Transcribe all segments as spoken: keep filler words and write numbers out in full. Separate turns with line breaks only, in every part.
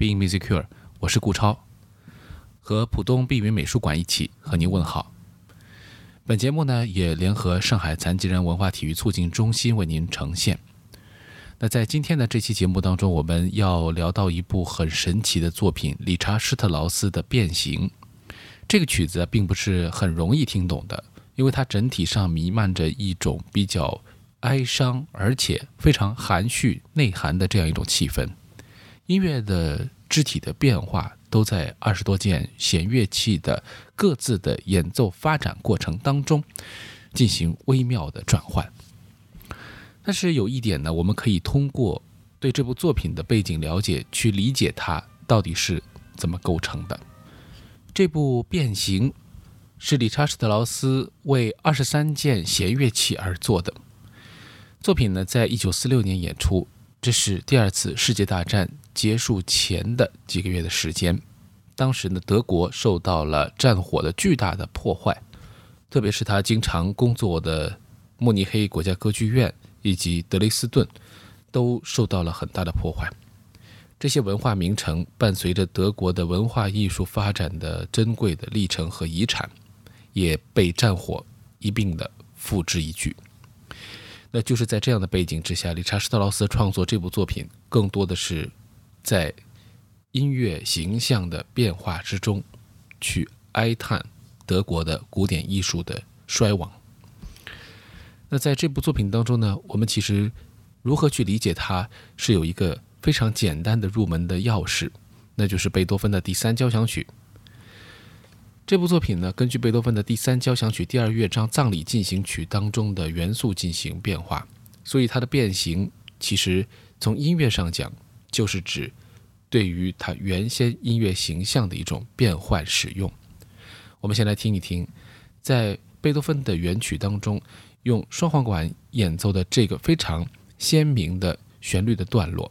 Being Musicure， 我是顾超，和浦东碧云美术馆一起和您问好。本节目呢也联合上海残疾人文化体育促进中心为您呈现。那在今天的这期节目当中，我们要聊到一部很神奇的作品——理查施特劳斯的《变形》。这个曲子并不是很容易听懂的，因为它整体上弥漫着一种比较哀伤而且非常含蓄内涵的这样一种气氛。音乐的肢体的变化都在二十多件弦乐器的各自的演奏发展过程当中进行微妙的转换。但是有一点呢，我们可以通过对这部作品的背景了解去理解它到底是怎么构成的。这部《变形》是理查施特劳斯为二十三件弦乐器而做的作品呢，在一九四六年演出，这是第二次世界大战结束前的几个月的时间。当时呢，德国受到了战火的巨大的破坏，特别是他经常工作的慕尼黑国家歌剧院以及德累斯顿都受到了很大的破坏。这些文化名城伴随着德国的文化艺术发展的珍贵的历程和遗产，也被战火一并的付之一炬。那就是在这样的背景之下，理查施特劳斯创作这部作品更多的是在音乐形象的变化之中去哀叹德国的古典艺术的衰亡。那在这部作品当中呢，我们其实如何去理解它，是有一个非常简单的入门的钥匙，那就是贝多芬的第三交响曲。这部作品呢，根据贝多芬的第三交响曲第二乐章葬礼进行曲当中的元素进行变化，所以它的变形其实从音乐上讲，就是指对于它原先音乐形象的一种变换使用。我们先来听一听，在贝多芬的原曲当中，用双簧管演奏的这个非常鲜明的旋律的段落。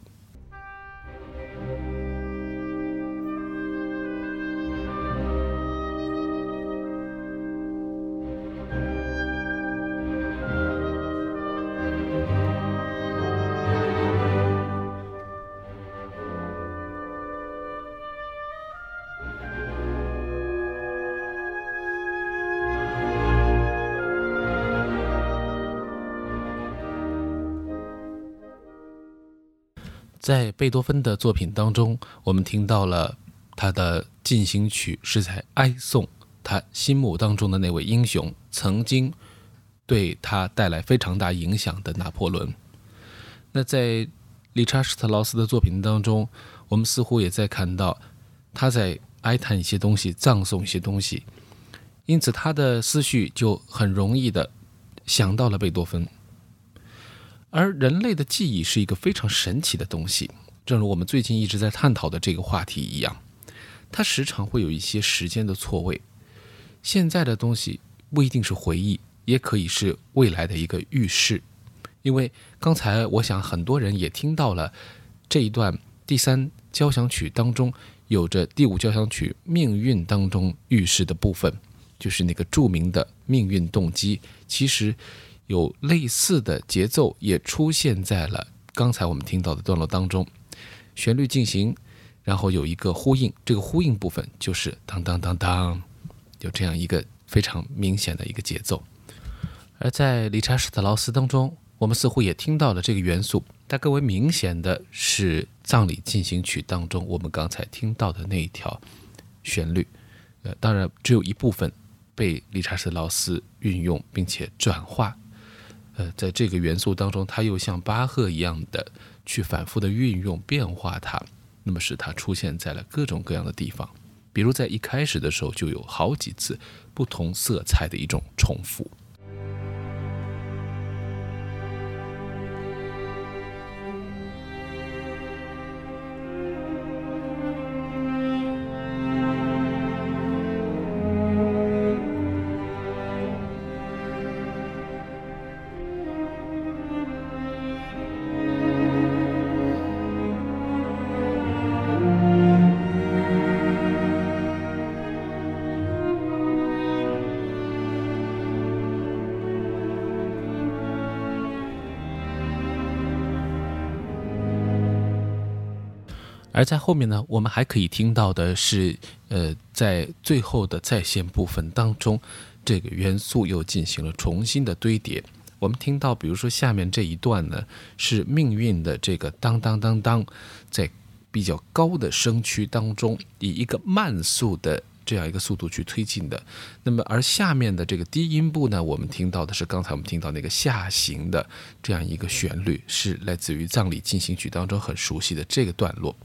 在贝多芬的作品当中，我们听到了他的进行曲是在哀颂他心目当中的那位英雄，曾经对他带来非常大影响的拿破仑。那在理查施特劳斯的作品当中，我们似乎也在看到他在哀叹一些东西，葬送一些东西，因此他的思绪就很容易的想到了贝多芬。而人类的记忆是一个非常神奇的东西，正如我们最近一直在探讨的这个话题一样，它时常会有一些时间的错位。现在的东西不一定是回忆，也可以是未来的一个预示。因为刚才我想很多人也听到了这一段第三交响曲当中有着第五交响曲命运当中预示的部分，就是那个著名的命运动机，其实有类似的节奏也出现在了刚才我们听到的段落当中。旋律进行，然后有一个呼应，这个呼应部分就是当当当当，有这样一个非常明显的一个节奏。而在理查施特劳斯当中，我们似乎也听到了这个元素，但更为明显的是葬礼进行曲当中我们刚才听到的那一条旋律。呃，当然只有一部分被理查施特劳斯运用并且转化。呃，在这个元素当中，它又像巴赫一样的去反复的运用变化它，那么使它出现在了各种各样的地方。比如在一开始的时候就有好几次不同色彩的一种重复。 而在后面呢，我们还可以听到的是，呃，在最后的再现部分当中，这个元素又进行了重新的堆叠。我们听到，比如说下面这一段呢，是命运的这个当当当当，在比较高的声区当中，以一个慢速的这样一个速度去推进的。那么而下面的这个低音部呢，我们听到的是刚才我们听到那个下行的这样一个旋律，是来自于葬礼进行曲当中很熟悉的这个段落。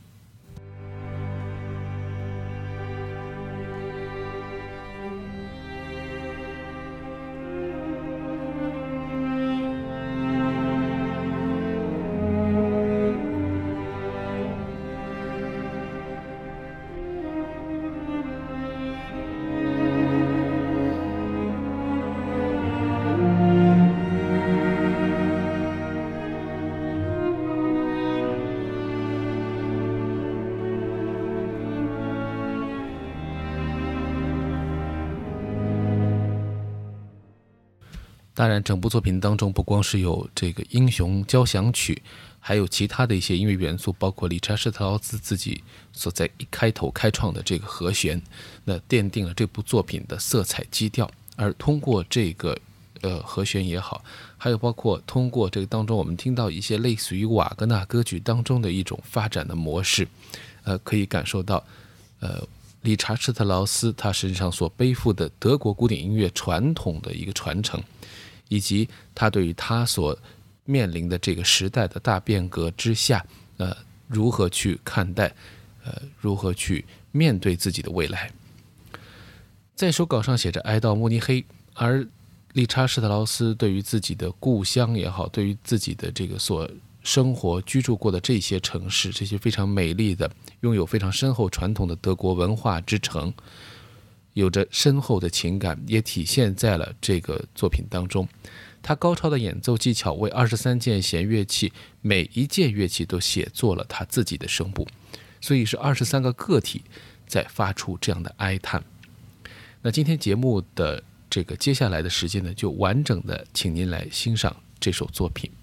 当然整部作品当中不光是有这个英雄交响曲，还有其他的一些音乐元素，包括理查施特劳斯自己所在一开头开创的这个和弦，那奠定了这部作品的色彩基调。而通过这个呃和弦也好，还有包括通过这个当中我们听到一些类似于瓦格纳歌剧当中的一种发展的模式，呃可以感受到呃理查施特劳斯他身上所背负的德国古典音乐传统的一个传承，以及他对于他所面临的这个时代的大变革之下，呃，如何去看待，呃，如何去面对自己的未来。在手稿上写着哀悼慕尼黑，而理查施特劳斯对于自己的故乡也好，对于自己的这个所生活居住过的这些城市，这些非常美丽的拥有非常深厚传统的德国文化之城，有着深厚的情感，也体现在了这个作品当中。他高超的演奏技巧为二十三件弦乐器，每一件乐器都写作了他自己的声部，所以是二十三个个体在发出这样的哀叹。那今天节目的这个接下来的时间呢，就完整的请您来欣赏这首作品。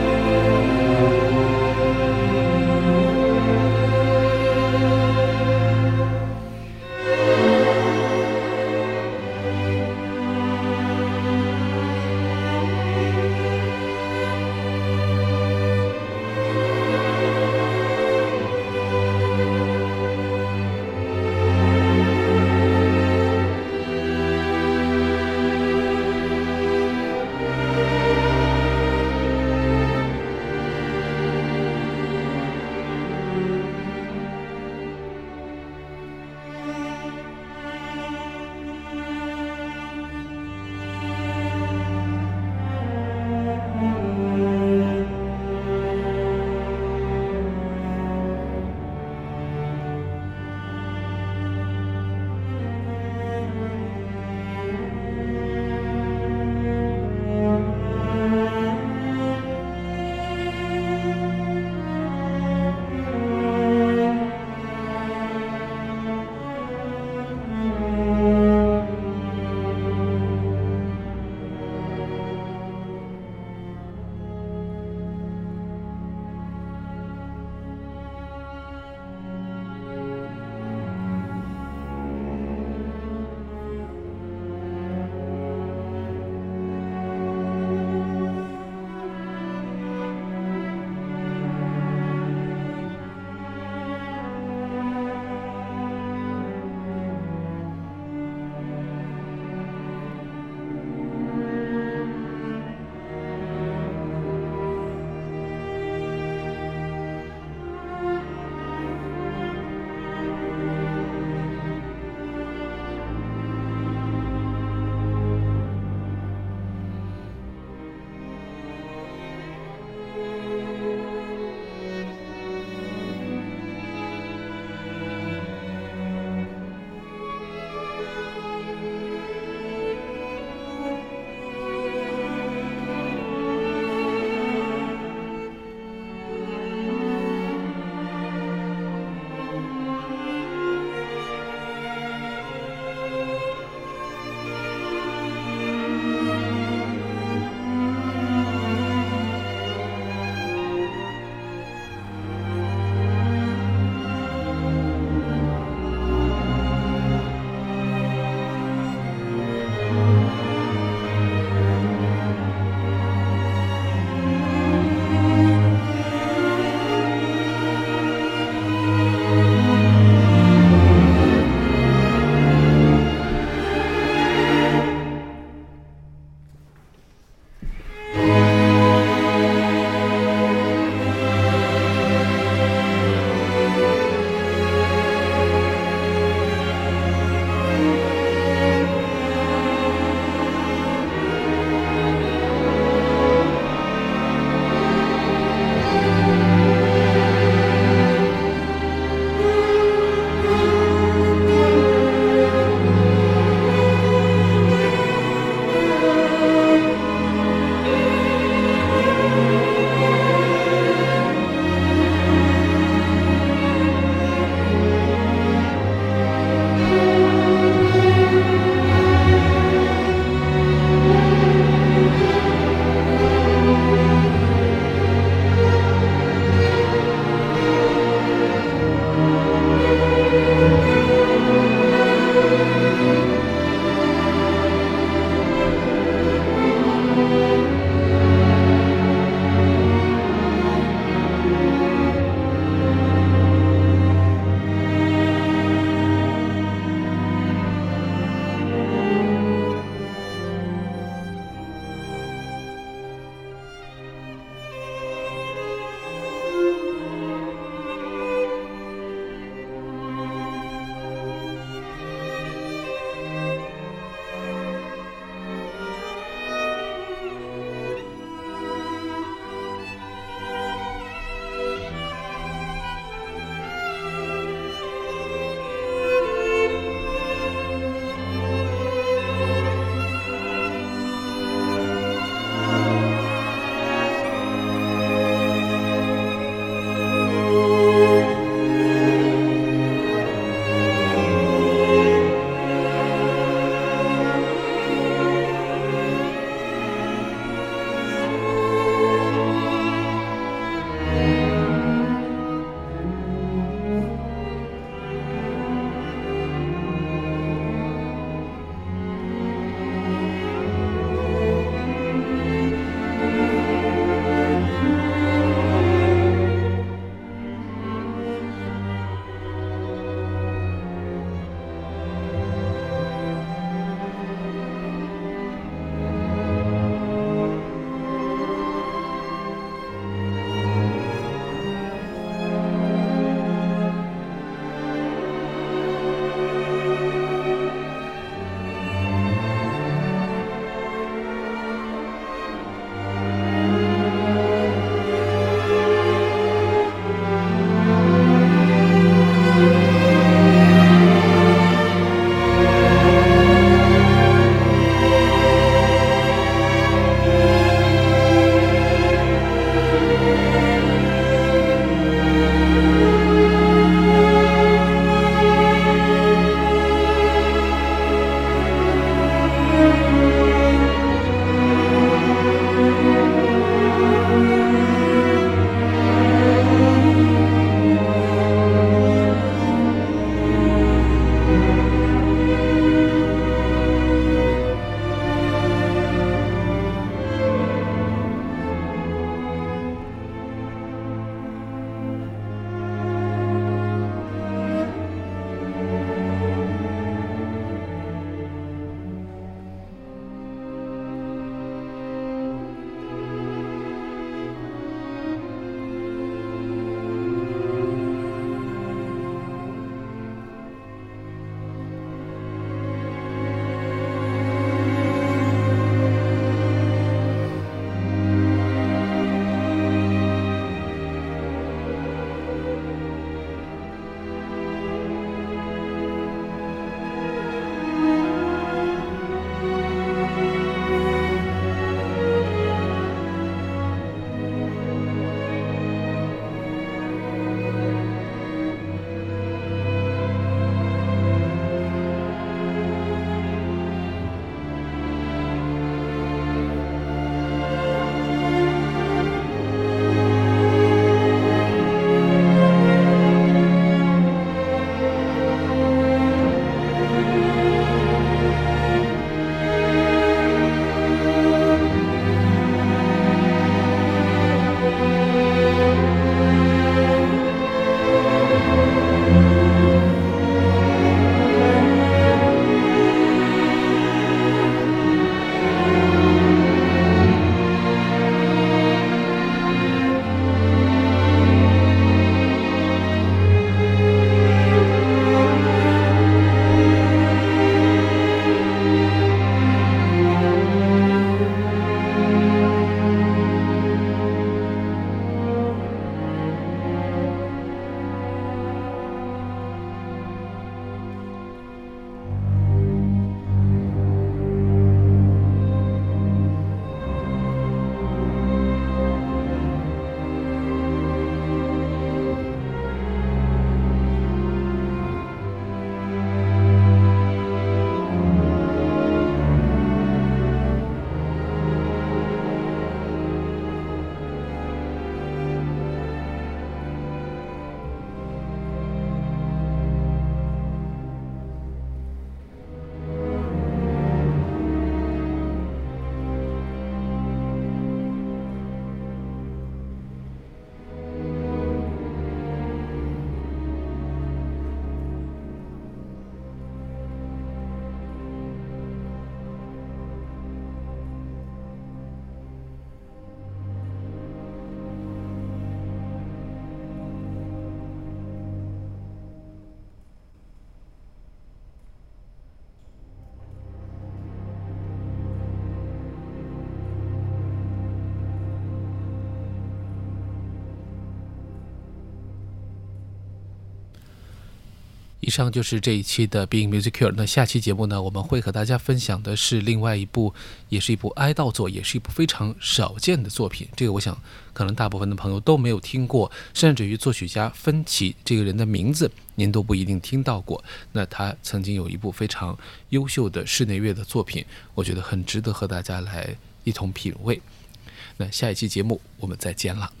以上就是这一期的 Being Musicure。 那下期节目呢，我们会和大家分享的是另外一部，也是一部哀悼作，也是一部非常少见的作品。这个我想可能大部分的朋友都没有听过，甚至于作曲家芬奇这个人的名字您都不一定听到过。那他曾经有一部非常优秀的室内乐的作品，我觉得很值得和大家来一同品味。那下一期节目我们再见了。